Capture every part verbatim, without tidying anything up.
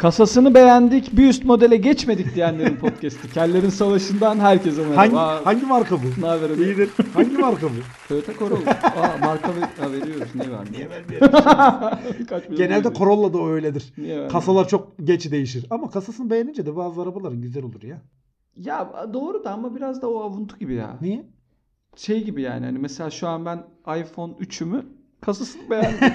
Kasasını beğendik, bir üst modele geçmedik diyenlerin podcast'i. Kellerin Savaşı'ndan herkese merhaba. Hangi, hangi marka bu? Ne haber? İyidir. Hangi marka bu? Toyota Corolla. Aa, marka ver, veriyoruz. Niye vermiyor? Niye vermiyor? Genelde Corolla da öyledir. Niye Kasalar çok geç değişir. Ama kasasını beğenince de bazı arabaların güzel olur ya. Ya doğru da ama biraz da o avuntu gibi ya. Niye? Şey gibi yani hani mesela şu an ben iPhone üçümü kasasını beğendim.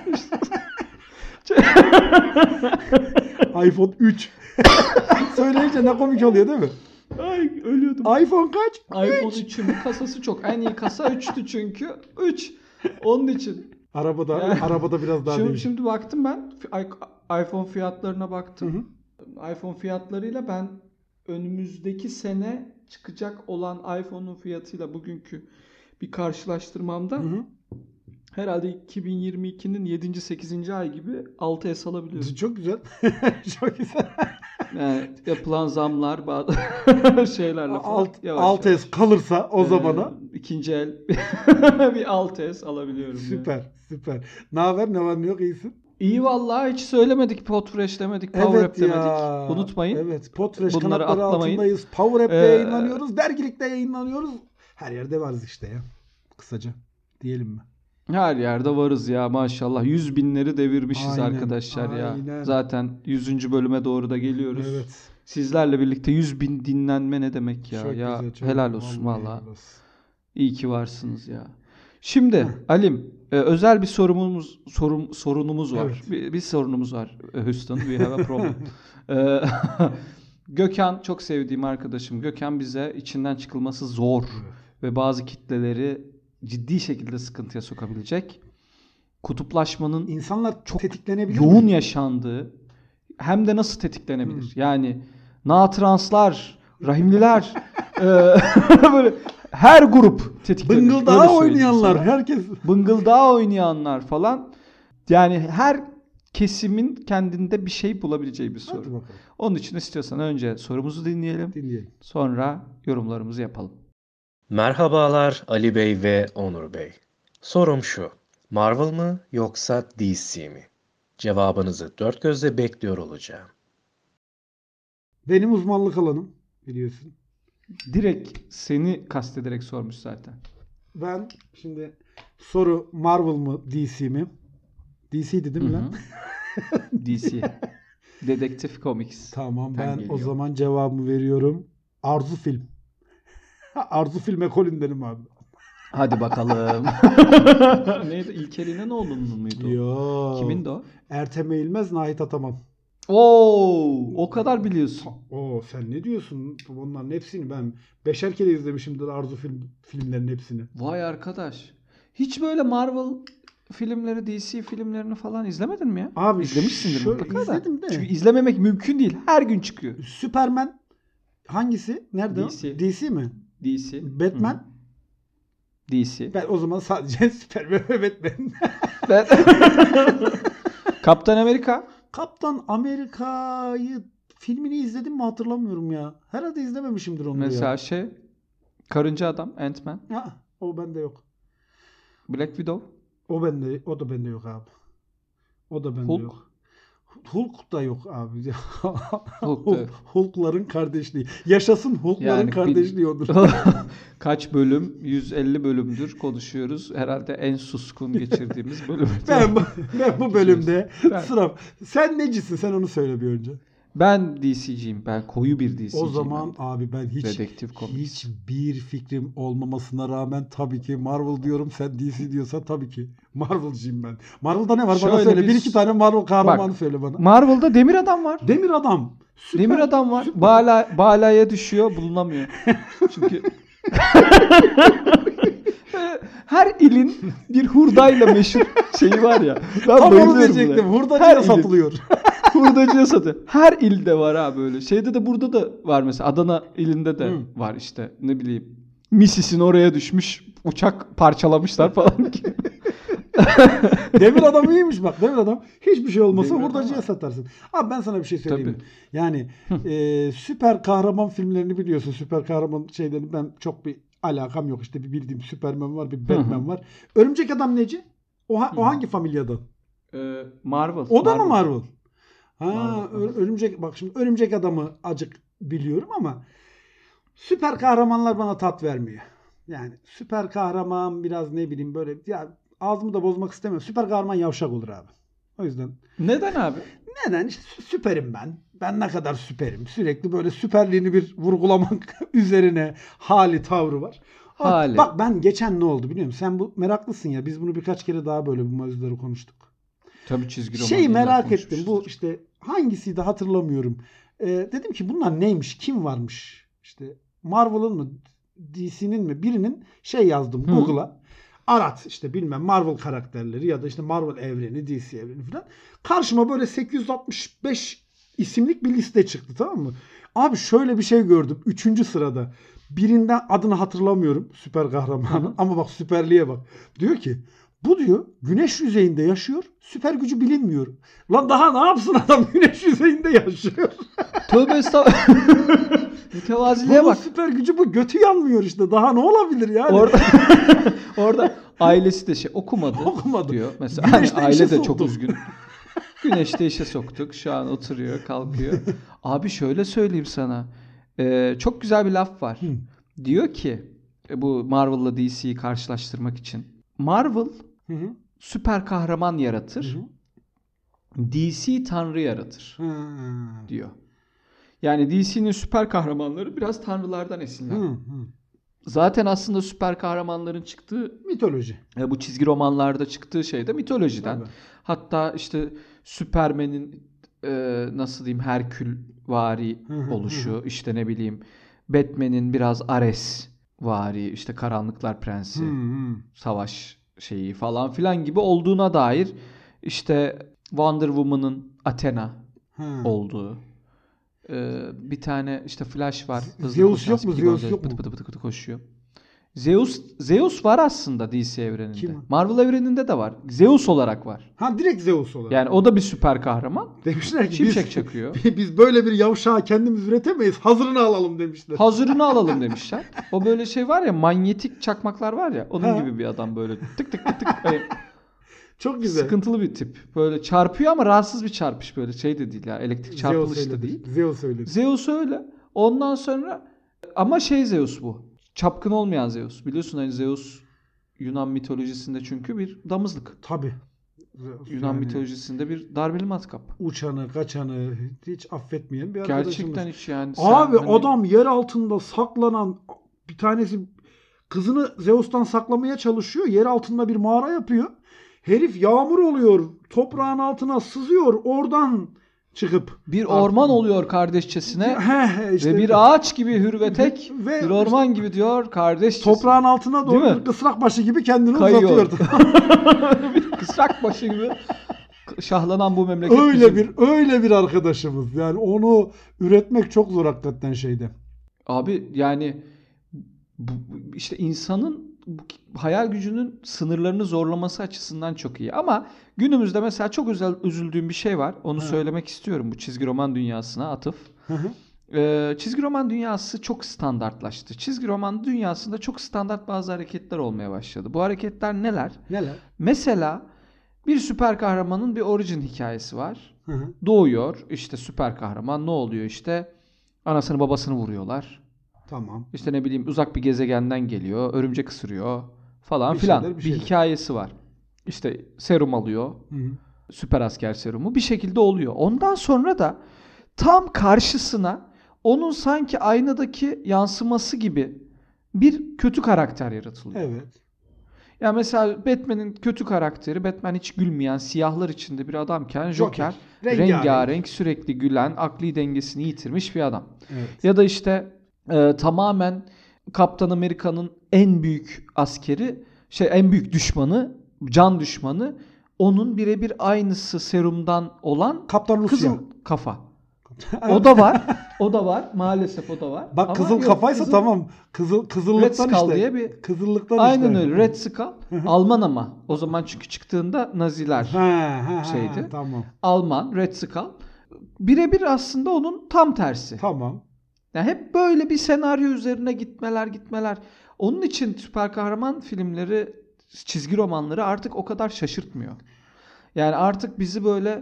iPhone üç. Söyleyince ne komik oluyor değil mi? Ay ölüyordum. iPhone kaç? iPhone üçümün kasası çok. En iyi kasa üçtü çünkü. üç. Onun için. Arabada Yani, arabada biraz daha şimdi, değişik. şimdi baktım ben iPhone fiyatlarına baktım. Hı hı. iPhone fiyatlarıyla ben önümüzdeki sene çıkacak olan iPhone'un fiyatıyla bugünkü bir karşılaştırmamda Hı hı. herhalde iki bin yirmi ikinin yedinci sekizinci ay gibi altı S alabiliyorum. Çok güzel. Çok güzel. Yani yapılan zamlar bazı şeylerle falan. Alt, yavaş alt yavaş. S kalırsa o Ee, zamana ikinci el bir altı S alabiliyorum. süper Yani. süper. Ne haber, ne var ne yok, iyisin? İyi vallahi, hiç söylemedik, Podfresh demedik, Power App demedik. Unutmayın. Evet, Podfresh Bunları kanatları atlamayın. altındayız. Power App'te Ee, yayınlanıyoruz. Dergilikte yayınlanıyoruz. Her yerde varız işte ya. Kısaca diyelim mi? Her yerde varız ya maşallah. Yüz binleri devirmişiz Aynen, arkadaşlar ya. aynen. Zaten yüzüncü bölüme doğru da geliyoruz. Evet. Sizlerle birlikte yüz bin dinlenme ne demek ya? Çok ya güzel, çok helal güzel. olsun Vallahi valla. helal olsun. İyi ki varsınız ya. Şimdi Alim, e, özel bir sorumuz sorum, sorunumuz var. Evet. Bir, bir sorunumuz var. Houston, we have a problem. E, Gökhan, çok sevdiğim arkadaşım. Gökhan bize içinden çıkılması zor Evet. ve bazı kitleleri ciddi şekilde sıkıntıya sokabilecek, kutuplaşmanın İnsanlar çok tetiklenebilir yoğun mi? yaşandığı, hem de nasıl tetiklenebilir? Hmm. Yani na-translar, rahimliler, e, böyle her grup tetiklenir. Öyle Bıngıldağı söyleyeyim oynayanlar, sana. herkes. Bıngıldağı oynayanlar falan. Yani her kesimin kendinde bir şey bulabileceği bir Hadi soru. bakalım. Onun için istiyorsan önce sorumuzu dinleyelim. Dinleyelim. Sonra yorumlarımızı yapalım. Merhabalar Ali Bey ve Onur Bey. Sorum şu: Marvel mı yoksa D C mi? Cevabınızı dört gözle bekliyor olacağım. Benim uzmanlık alanım biliyorsun. Direkt seni kastederek sormuş zaten. Ben şimdi soru Marvel mı D C mi? D C'di değil mi Hı lan? hı. D C. Dedektif Comics. Tamam, Ten ben geliyor. o zaman cevabımı veriyorum. Arzu film. Arzu film ekolündenim abi. Hadi bakalım. Neydi? İlker İnanoğlu'nun muydu? o? Yo. Kimin de o? Ertem Eğilmez, Nahit Ataman. Oo, o kadar biliyorsun. Oo, sen ne diyorsun? Onların hepsini ben beşer kere izlemişimdir, Arzu film filmlerin hepsini. Vay arkadaş. Hiç böyle Marvel filmleri, D C filmlerini falan izlemedin mi ya? Abi İzlemişsindir şu- mutlaka da. izledim de. Çünkü izlememek mümkün değil. Her gün çıkıyor. Superman hangisi? Nerede D o? C. D C mi? D C. Batman? Hı hı. D C. Ben o zaman sadece Superman ve Batman. Ben... Kaptan Amerika. Kaptan Amerika'yı filmini izledim mi hatırlamıyorum ya. Herhalde izlememişimdir onu Mesela ya. şey, Karınca Adam, Ant-Man, Ha, o bende yok. Black Widow, O bende, o da bende yok abi. O da bende Hulk. yok. Hulk da yok abi. Hulk da yok. Hulk'ların kardeşliği. Yaşasın Hulk'ların Yani kardeşliği odur. Kaç bölüm? yüz elli bölümdür konuşuyoruz. Herhalde en suskun geçirdiğimiz bölüm. ben, bu- ben bu bölümde Ben- sıram. Sen necisin? Sen onu söyle bir önce. Ben D C'ciyim. Ben koyu bir D C'ciyim. O zaman ben. abi ben hiç Dedektif Comics. hiçbir fikrim olmamasına rağmen tabii ki Marvel diyorum. Sen D C diyorsan tabii ki Marvel'cıyım ben. Marvel'da ne var? Bana Şöyle söyle. bir- Bir iki tane Marvel kahramanı Bak, söyle bana. Marvel'da Demir Adam var. Demir Adam. Süper. Demir Adam var. Bala, balaya düşüyor, bulunamıyor. Çünkü her ilin bir hurdayla meşhur şeyi var ya. Ben Tam onu bayılıyorum diyecektim. buna. Hurdacıya Her ilin- satılıyor. Hurdacıya satıyor. Her ilde var ha böyle. Şeyde de burada da var mesela. Adana ilinde de Hı. var işte. Ne bileyim. Misis'in oraya düşmüş. Uçak parçalamışlar falan. Demir Adam iyiymiş bak. Demir Adam hiçbir şey olmasa Demir Adam hurdacıya var. satarsın. Abi ben sana bir şey söyleyeyim mi? Tabii. Yani e, süper kahraman filmlerini biliyorsun. Süper kahraman şeylerini ben çok bir alakam yok. İşte bir bildiğim Superman var, bir Batman var. Örümcek Adam neci? O, ha- o Hı. hangi familyadan? Ee, Marvel. O da mı Marvel? Ha, ö- örümcek bak şimdi örümcek adamı acık biliyorum ama süper kahramanlar bana tat vermiyor. Yani süper kahraman biraz ne bileyim böyle ya ağzımı da bozmak istemiyorum. Süper kahraman yavşak olur abi. O yüzden Neden abi? neden? İşte sü- süperim ben. Ben ne kadar süperim. Sürekli böyle süperliğini bir vurgulamak üzerine hali tavrı var. Bak, Hali. bak ben geçen ne oldu biliyor musun? Sen bu meraklısın ya. Biz bunu birkaç kere daha böyle bu mevzuları konuştuk. Tabii çizgi roman. Şeyi illa merak ettim. Bu konuşmuşuzdur. işte hangisiydi hatırlamıyorum. Ee, dedim ki bunlar neymiş? Kim varmış? İşte Marvel'ın mı? D C'nin mi? Birinin şey yazdım Hı. Google'a. Arat işte bilmem Marvel karakterleri ya da işte Marvel evreni, D C evreni falan. Karşıma böyle sekiz yüz altmış beş isimlik bir liste çıktı, tamam mı? Abi şöyle bir şey gördüm. Üçüncü sırada. Birinden adını hatırlamıyorum. Süper kahramanın. Ama bak süperliğe bak. Diyor ki bu diyor güneş yüzeyinde yaşıyor. Süper gücü bilinmiyor. Lan daha ne yapsın adam güneş yüzeyinde yaşıyor. Tövbe estağfurullah. Mütevaziliğe Bunun bak. süper gücü bu. Götü yanmıyor işte. Daha ne olabilir yani? Orada orada ailesi de şey okumadı, Okumadı. diyor. Mesela hani Güneşte aile işe de çok soktuk. üzgün. Güneşte işe soktuk. Şu an oturuyor, kalkıyor. Abi şöyle söyleyeyim sana. Ee, çok güzel bir laf var. Hı. Diyor ki e, bu Marvel'la D C'yi karşılaştırmak için. Marvel Hı hı. süper kahraman Hı yaratır. hı. D C tanrı yaratır Hı. diyor. Yani D C'nin süper kahramanları biraz tanrılardan esinler. Hı. Hı. Zaten aslında süper kahramanların çıktığı Mitoloji. e, bu çizgi romanlarda çıktığı şey de mitolojiden. Tabii. Hatta işte Superman'in e, nasıl diyeyim Herkül-vari Hı hı, oluşu, işte ne bileyim Batman'in biraz Ares-vari, işte Karanlıklar Prensi, Hı hı. savaş şeyi falan filan gibi olduğuna dair işte Wonder Woman'ın Athena Hı. olduğu. Ee, bir tane işte Flash var. Hızlı Zeus koşan, yok mu? Speedy Zeus Gonzales yok pıtı mu? pıtı pıtı pıtı koşuyor. Zeus Zeus var aslında D C evreninde. Kim? Marvel evreninde de var. Zeus olarak var. Ha direkt Zeus olarak. Yani o da bir süper kahraman. Demişler ki Şimşek biz, çakıyor. biz böyle bir yavşağı kendimiz üretemeyiz. Hazırını alalım demişler. Hazırını alalım demişler. O böyle şey var ya, manyetik çakmaklar var ya, onun Ha. gibi bir adam böyle tık tık tık tık. Hani Çok güzel. sıkıntılı bir tip. Böyle çarpıyor ama rahatsız bir çarpış, böyle şey de değil ya, elektrik çarpılış da öyledir. değil. Zeus öyle. Zeus öyle. Ondan sonra ama şey Zeus bu. Çapkın olmayan Zeus. Biliyorsun hani Zeus Yunan mitolojisinde çünkü bir damızlık. Tabii. Yunan Yani mitolojisinde bir darbeli matkap. uçanı, kaçanı hiç affetmeyen bir arkadaşımız. Gerçekten hiç yani. sen Abi hani- adam yer altında saklanan bir tanesi kızını Zeus'tan saklamaya çalışıyor. Yer altında bir mağara yapıyor. Herif yağmur oluyor. Toprağın altına sızıyor. Oradan çıkıp bir orman oluyor kardeşçesine He he işte ve bir ağaç gibi hür ve tek, Ve bir orman gibi diyor kardeşçesine. toprağın altına doğru Değil mi? bir kısrak başı gibi kendini Kayıyor. uzatıyordu. bir kısrak başı gibi şahlanan bu memleket öyle bizim. bir öyle bir arkadaşımız. Yani onu üretmek çok zor hakikaten şeyde. Abi yani bu, işte insanın bu hayal gücünün sınırlarını zorlaması açısından çok iyi. Ama günümüzde mesela çok özel üzüldüğüm bir şey var. Onu Hı. söylemek istiyorum bu çizgi roman dünyasına atıf. Hı hı. Ee, çizgi roman dünyası çok standartlaştı. Çizgi roman dünyasında çok standart bazı hareketler olmaya başladı. Bu hareketler neler? Neler? Mesela bir süper kahramanın bir origin hikayesi var. Hı hı. Doğuyor. İşte süper kahraman ne oluyor işte? Anasını babasını vuruyorlar. Tamam. İşte ne bileyim uzak bir gezegenden geliyor. Örümcek ısırıyor falan Bir filan. şeyler, bir Bir, şeyler. hikayesi var. İşte serum alıyor. Hı hı. Süper asker serumu. Bir şekilde oluyor. Ondan sonra da tam karşısına onun sanki aynadaki yansıması gibi bir kötü karakter yaratılıyor. Evet. Ya mesela Batman'in kötü karakteri, Batman hiç gülmeyen, siyahlar içinde bir adamken Joker, Joker. rengarenk, Rengarenk. sürekli gülen, akli dengesini yitirmiş bir adam. Evet. Ya da işte e, tamamen Kaptan Amerika'nın en büyük askeri, şey en büyük düşmanı, can düşmanı, onun birebir aynısı serumdan olan Kaptan Rusya. kızıl kafa. O da var. O da var. Maalesef o da var. Bak Ama kızıl yok, kafaysa kızıl- tamam. Kızıl Red kızıllıktan Skull işte. diye bir- Kızıllıktan Aynen işte. öyle. Red Skull. Alman ama. O zaman çünkü çıktığında Naziler Ha, ha, ha, şeydi. Tamam. Alman. Red Skull. Birebir aslında onun tam tersi. Tamam. Yani hep böyle bir senaryo üzerine gitmeler gitmeler. Onun için süper kahraman filmleri, çizgi romanları artık o kadar şaşırtmıyor. Yani artık bizi böyle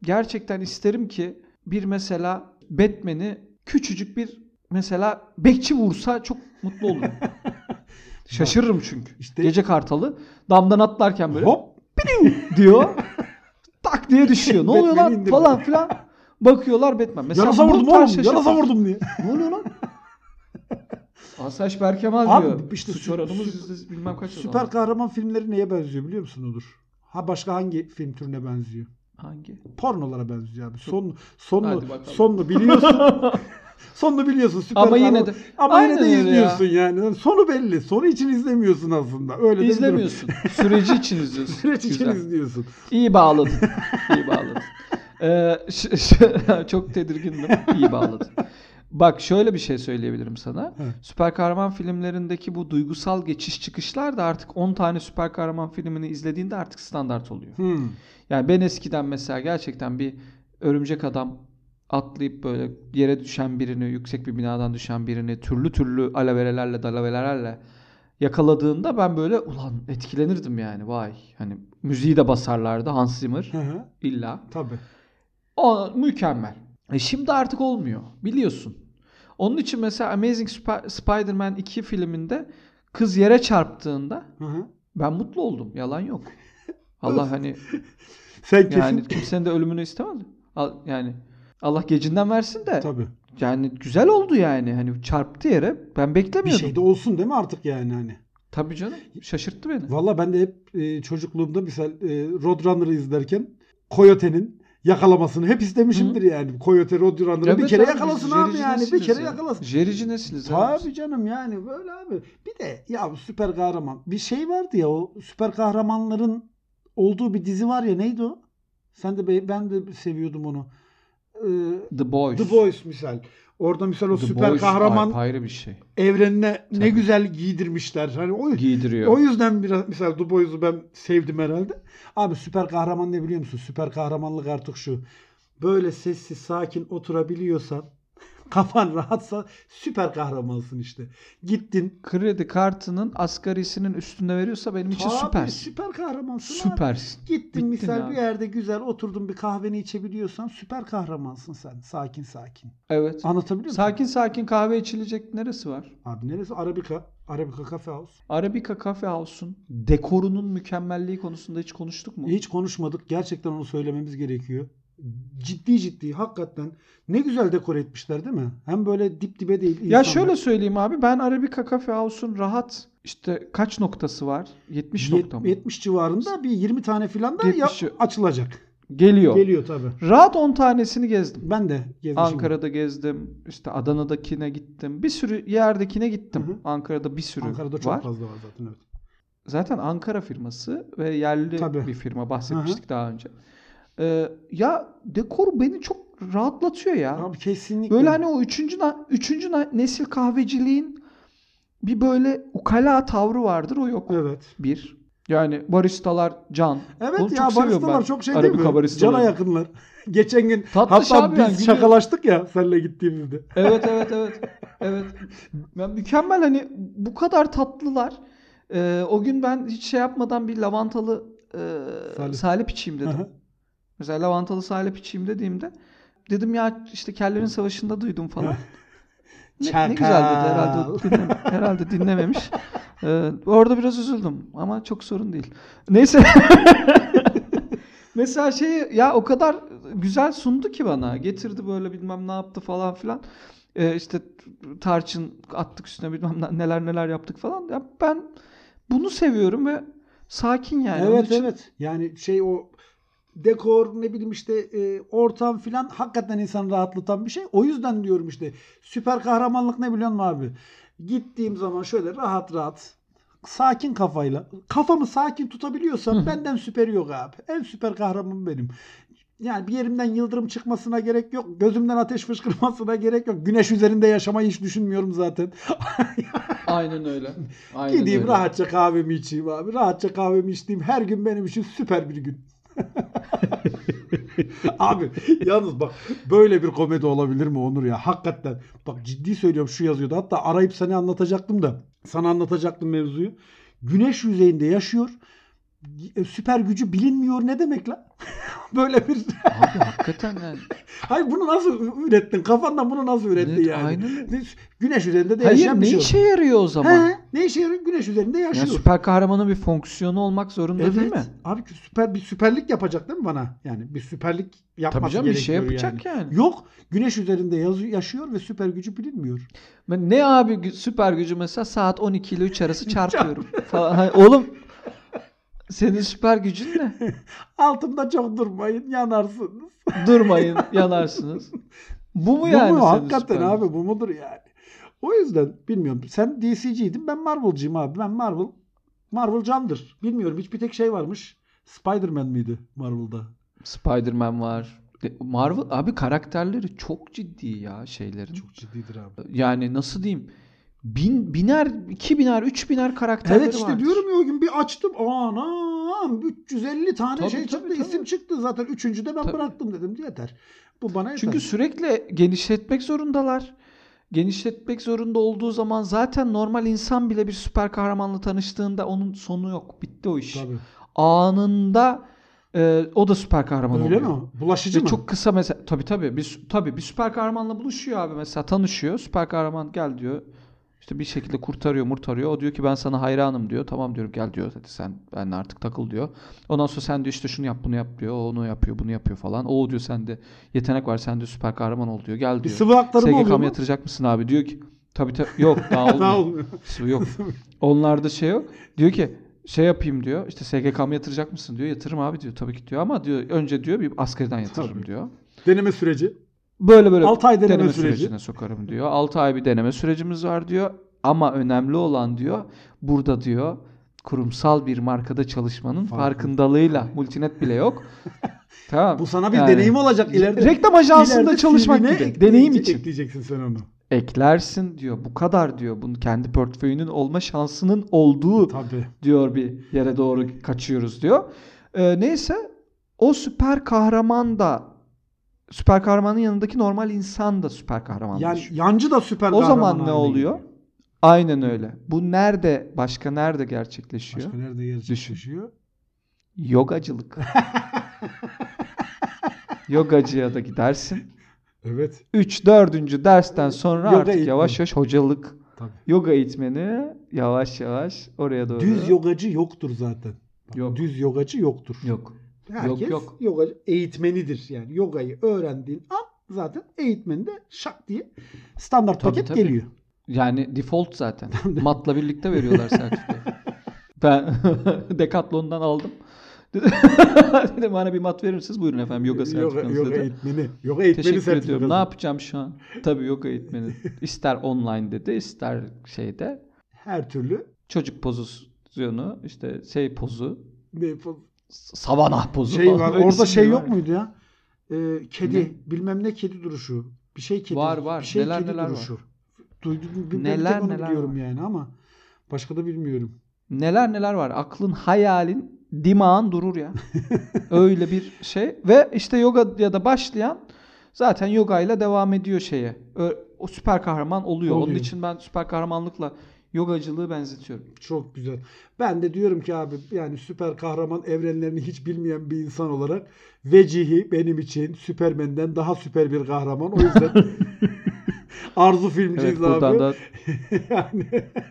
gerçekten isterim ki bir mesela Batman'i küçücük bir mesela bekçi vursa çok mutlu olurum. Şaşırırım çünkü. İşte- Gece Kartalı damdan atlarken böyle Hop. diyor. Tak diye düşüyor. Ne oluyor Batman'i lan indirdi. falan filan. Bakıyorlar Batman. Mesela Yarasa bu vurdum tarz oğlum. şaşırtır. Yarasa vurdum diye. Ne oluyor lan? Asayiş Berkemal Abi diyor. işte Suç sü- oranımız sü- yüzde bilmem kaç. Süper adam. kahraman filmleri neye benziyor biliyor musun Onur? Ha başka hangi film türüne benziyor? Hangi? Pornolara benziyor abi. Son sonunu Hadi bakalım. sonunu biliyorsun. Sonunu biliyorsun süper Ama kahraman. yine de- ama Aynen yine de öyle izliyorsun yani. Sonu belli. Sonu için izlemiyorsun aslında. Öyle de bir durum. İzlemiyorsun. Süreci için izliyorsun. Süreç için Güzel. izliyorsun. İyi bağladın. İyi bağladın. Ee, ş- ş- çok tedirgindim. İyi bağladın. Bak şöyle bir şey söyleyebilirim sana. Evet. Süper kahraman filmlerindeki bu duygusal geçiş çıkışlar da artık on tane süper kahraman filmini izlediğinde artık standart oluyor. Hmm. Yani ben eskiden mesela gerçekten bir örümcek adam atlayıp böyle yere düşen birini, yüksek bir binadan düşen birini türlü türlü alaverelerle, dalaverelerle yakaladığında ben böyle ulan etkilenirdim yani. Vay. Hani müziği de basarlardı Hans Zimmer Hı hı. illa. Tabii. O mükemmel. E şimdi artık olmuyor. Biliyorsun. Onun için mesela Amazing Sp- Spider-Man iki filminde kız yere çarptığında Hı hı. ben mutlu oldum. Yalan yok. Allah hani Sen kesin yani kimsenin de ölümünü istemedi. Al- Yani Allah gecinden versin de. tabii. Yani güzel oldu yani. Hani çarptı yere. Ben Bir beklemiyordum. şey de olsun değil mi artık yani hani? Tabii canım. Şaşırttı beni. Valla ben de hep e, çocukluğumda misal e, Roadrunner'ı izlerken Coyote'nin yakalamasını hep istemişimdir yani. Coyote Roadrunner'ı Evet bir kere abi, yakalasın biz abi jerici yani. Bir nesiliz kere ya. yakalasın. Jerici nesiliz abi. Tabii canım yani böyle abi. Bir de ya bu süper kahraman. Bir şey vardı ya o süper kahramanların olduğu bir dizi var ya neydi o? Sen de be- ben de seviyordum onu. Ee, The Boys. The Boys misal. Orada misal o The süper Boys kahraman ayrı bir şey. evrenine ne Tabii. güzel giydirmişler. Hani o Giydiriyor. o yüzden biraz mesela The Boys'u ben sevdim herhalde. Abi süper kahraman ne biliyor musun? Süper kahramanlık artık şu. Böyle sessiz sakin oturabiliyorsan kafan rahatsa süper kahramansın işte. Gittin. Kredi kartının asgarisinin üstünde veriyorsa benim için Tabii, süpersin. süper kahramansın abi. Süpersin. Gittin Bittin misal abi. bir yerde güzel oturdun bir kahveni içebiliyorsan süper kahramansın sen. Sakin sakin. Evet. Anlatabiliyor muyum? Sakin sakin kahve içilecek neresi var? Abi neresi? Arabica. Arabica Cafe House. Arabica Cafe House'un dekorunun mükemmelliği konusunda hiç konuştuk mu? Hiç konuşmadık. Gerçekten onu söylememiz gerekiyor. Ciddi ciddi hakikaten ne güzel dekor etmişler değil mi? Hem böyle dip dibe değil. Ya insanlar. şöyle söyleyeyim abi, ben Arabica Cafe House'un rahat işte kaç noktası var? yetmiş Yet- nokta mı? yetmiş civarında bir yirmi tane filan da ya yetmişi açılacak. Geliyor. Geliyor tabii. Rahat on tanesini gezdim. Ben de gezmişim. Ankara'da gezdim. İşte Adana'dakine gittim. Bir sürü yerdekine gittim. Hı hı. Ankara'da bir sürü Ankara'da çok var. fazla var zaten evet. Zaten Ankara firması ve yerli Tabii. bir firma, bahsetmiştik daha önce. Ee, ya dekor beni çok rahatlatıyor ya. Abi kesinlikle. Böyle hani o üçüncü, na- üçüncü na- nesil kahveciliğin bir böyle ukala tavrı vardır, o yok. Evet. Bir. Yani baristalar can. Evet Onu ya çok seviyorum baristalar ben. çok şey değil Arabica mi? baristaları. Cana yakınlar. Geçen gün Tatlış hatta abi biz yani, gülüyor. şakalaştık ya seninle gittiğimizde. Evet evet evet. Evet. Ben mükemmel, hani bu kadar tatlılar. Ee, o gün ben hiç şey yapmadan bir lavantalı e, Salep. salep içeyim dedim. Hı hı. Mesela lavantalı salep içeyim dediğimde dedim ya işte Kellerin Savaşı'nda duydum falan. Ne, ne güzel dedi, herhalde o dinleme- herhalde dinlememiş. Ee, orada biraz üzüldüm ama çok sorun değil. Neyse. Mesela şey ya, o kadar güzel sundu ki bana. Getirdi böyle, bilmem ne yaptı falan filan. Ee, işte tarçın attık üstüne, bilmem ne- neler neler yaptık falan. Ya ben bunu seviyorum ve sakin yani. Onun Evet için- evet. Yani şey o dekor ne bileyim işte e, ortam filan hakikaten insanı rahatlatan bir şey. O yüzden diyorum işte süper kahramanlık ne biliyor musun abi? Gittiğim zaman şöyle rahat rahat sakin kafayla kafamı sakin tutabiliyorsam Hı hı. benden süperi yok abi. En süper kahramanım benim. Yani bir yerimden yıldırım çıkmasına gerek yok. Gözümden ateş fışkırmasına gerek yok. Güneş üzerinde yaşamayı hiç düşünmüyorum zaten. Aynen öyle. Aynen Gideyim öyle. rahatça kahvemi içeyim abi. Rahatça kahvemi içtiğim her gün benim için süper bir gün. Abi yalnız bak böyle bir komedi olabilir mi Onur ya? Hakikaten bak ciddi söylüyorum, şu yazıyordu. Hatta arayıp sana anlatacaktım da sana anlatacaktım mevzuyu. Güneş yüzeyinde yaşıyor. süper gücü bilinmiyor ne demek lan? Böyle bir... Abi hakikaten yani. Hayır bunu nasıl ürettin? Kafandan bunu nasıl ürettin Evet, yani? aynen. Güneş üzerinde de Hayır yaşayan bir ne şey. işe yarıyor o zaman? He, ne işe yarıyor? Güneş üzerinde Ya yaşıyor. süper kahramanın bir fonksiyonu olmak zorunda Evet. değil mi? Abi süper bir süperlik yapacak değil mi bana? Yani bir süperlik yapması Tabii canım bir şey gerekiyor yapacak yani. yani. Yok. Güneş üzerinde yaz- yaşıyor ve süper gücü bilinmiyor. Ben ne abi gü- süper gücü mesela saat on iki ile üç arası çarpıyorum falan. Hani oğlum senin süper gücün ne? Altımda çok durmayın, yanarsınız. Durmayın, yanarsınız. Bu mu Bu yani mu? senin Hakikaten süper abi gücün? bu mudur yani? O yüzden bilmiyorum. Sen D C C'ydin, ben Marvel'cıyım abi. Ben Marvel Marvel candır. Bilmiyorum, hiçbir tek şey varmış. Spider-Man miydi Marvel'da? Spider-Man var. De- Marvel abi karakterleri çok ciddi ya şeylerin. Çok ciddidir abi. Yani nasıl diyeyim? Bin, biner, iki biner, üç biner karakterleri Evet işte vardır. diyorum ya o gün bir açtım. Anam üç yüz elli tane Tabii, şey tabii, çıktı, tabii. isim çıktı. Zaten üçüncüde ben Tabii. bıraktım dedim. Yeter. Bu bana yeter. Çünkü sürekli genişletmek zorundalar. Genişletmek zorunda olduğu zaman zaten normal insan bile bir süper kahramanla tanıştığında onun sonu yok. Bitti o iş. Tabii. Anında e, o da süper kahraman Öyle oluyor. mi? Bulaşıcı Ve mı? çok kısa mesela tabii tabii bir tabii bir süper kahramanla buluşuyor abi mesela tanışıyor. Süper kahraman gel diyor. İşte bir şekilde kurtarıyor, murtarıyor. O diyor ki ben sana hayranım diyor. Tamam diyorum gel diyor. Hadi sen benimle artık takıl diyor. Ondan sonra sen diyor işte şunu yap bunu yap diyor. O onu yapıyor bunu yapıyor falan. O diyor sende yetenek var sen de süper kahraman ol diyor. Gel Bir diyor. sıvı aktarımı S G oluyor K mu? mı yatıracak mısın abi? Diyor ki tabii tabii yok daha olmuyor. Daha olmuyor. Sıvı yok. Onlarda şey yok. Diyor ki şey yapayım diyor. İşte S G K mı yatıracak mısın diyor. Yatırırım abi diyor. Tabii ki diyor ama diyor önce diyor bir askerden yatırırım Tabii. diyor. Deneme süreci. Böyle böyle altı ay deneme deneme süreci. sürecine sokarım diyor. altı ay bir deneme sürecimiz var diyor. Ama önemli olan diyor burada diyor kurumsal bir markada çalışmanın Farklı. farkındalığıyla multinet bile yok. Tamam. Bu sana bir Yani deneyim olacak ileride. reklam ajansında İleride çalışmak C V'ne gibi. ekleyecek- Deneyim için. Ekleyeceksin sen onu. Eklersin diyor. Bu kadar diyor. Bunun kendi portföyünün olma şansının olduğu Tabii. diyor bir yere doğru kaçıyoruz diyor. Ee, neyse o süper kahraman da süper kahramanın yanındaki normal insan da süper kahraman. Yani yancı da süper O kahraman zaman ne haline oluyor? geliyor. Aynen öyle. Bu nerede başka nerede gerçekleşiyor? Başka nerede gerçekleşiyor? Yogacılık. Yogacıya da gidersin. Evet. üç dördüncü dersten sonra Yoga artık eğitmeni. yavaş yavaş hocalık. Tabii. Yoga eğitmeni yavaş yavaş oraya doğru. Düz yogacı yoktur zaten. Bak, Yok. Düz yogacı yoktur. Yok. Herkes Yok, yok. yogacı eğitmenidir. Yani yogayı öğrendiğin an zaten eğitmeninde şak diye standart Tabii, paket tabii. geliyor. Yani default zaten. Matla birlikte veriyorlar sertifikayı. Ben Decathlon'dan aldım. Dedim bana bir mat verir misiniz? Buyurun efendim yoga Yoga, sertifikanız yoga dedi. eğitmeni. Yoga eğitmeni Teşekkür sertifikası. ediyorum. Ne yapacağım şu an? Tabii yoga eğitmeni. İster online dedi, ister şeyde. Her türlü Çocuk pozisyonu, işte şey pozu, ne, savana pozu. şey falan. var. Böyle Orada şey isimleri yok var. muydu ya? Ee, kedi. Ne? Bilmem ne kedi duruşu. Bir şey kedi. Var, var. Bir şey Neler, kedi neler duruşu. Duydum. Ben Neler, tek onu neler biliyorum var. yani ama başka da bilmiyorum. Neler neler var. Aklın, hayalin, dimağın durur ya. Öyle bir şey. Ve işte yoga ya da başlayan zaten yogayla devam ediyor şeye. Ö- O süper kahraman oluyor. Oluyor. Onun için ben süper kahramanlıkla yogacılığı benzetiyorum. Çok güzel. Ben de diyorum ki abi yani süper kahraman evrenlerini hiç bilmeyen bir insan olarak Vecihi benim için Süpermen'den daha süper bir kahraman. O yüzden Arzu filmciyiz Evet, buradan abi. da yani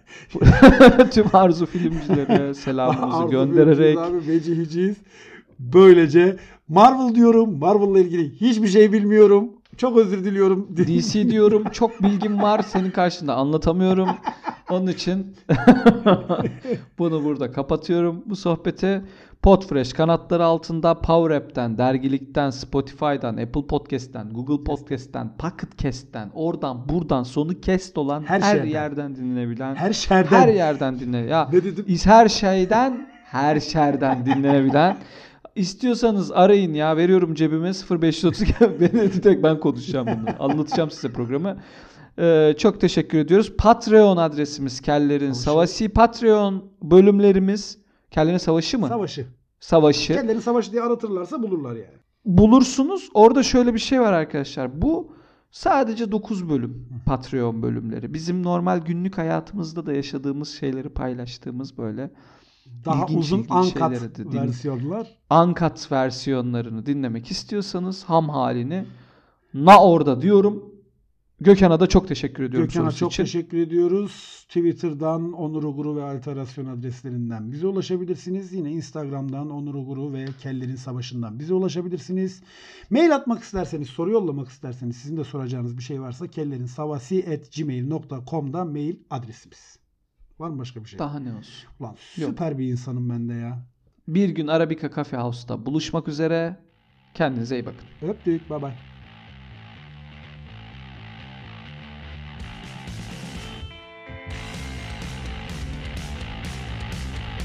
tüm Arzu filmcilere selamımızı Arzu göndererek filmciyiz abi, Vecihiciyiz. Böylece Marvel diyorum. Marvel'la ilgili hiçbir şey bilmiyorum. Çok özür diliyorum. D C diyorum. Çok bilgim var. Senin karşında anlatamıyorum. Onun için bunu burada kapatıyorum. Bu sohbeti Podfresh kanatları altında Power App'ten, dergilikten, Spotify'dan, Apple Podcast'ten, Google Podcast'ten, Pocket Cast'ten, oradan buradan sonu cast olan Her her, şeyden. yerden dinlenebilen, Her şerden. her yerden dinle. Ya Ne dedim? iz- her şeyden, her şerden dinlenebilen. İstiyorsanız arayın ya, veriyorum cebime sıfır beş otuz beni tek ben konuşacağım bunu. Anlatacağım size programı. Ee, çok teşekkür ediyoruz. Patreon adresimiz Kellerin Savaşı. Savaşı. Patreon bölümlerimiz Kellerin Savaşı mı? Savaşı. Savaşı. Kendilerini savaşı diye aratırlarsa bulurlar yani. Bulursunuz. Orada şöyle bir şey var arkadaşlar. Bu sadece dokuz bölüm Patreon bölümleri. Bizim normal günlük hayatımızda da yaşadığımız şeyleri paylaştığımız böyle Daha ilginç uzun ilginç uncut şeyleri de din- versiyonlar. uncut versiyonlarını dinlemek istiyorsanız ham halini na orada diyorum. Gökhan'a da çok teşekkür ediyorum Gökhan'a sorusu çok için. teşekkür ediyoruz. Twitter'dan Onur Uguru ve Alterasyon adreslerinden bize ulaşabilirsiniz. Yine Instagram'dan Onur Uguru ve Kellerin Savaşı'ndan bize ulaşabilirsiniz. Mail atmak isterseniz, soru yollamak isterseniz, sizin de soracağınız bir şey varsa kellerinsavasi at gmail nokta com'da mail adresimiz. Var mı başka bir şey? Daha ne olsun. Ulan süper bir insanım ben de ya. Bir gün Arabica Cafe House'ta buluşmak üzere. Kendinize iyi bakın. Öptük. Bye bye.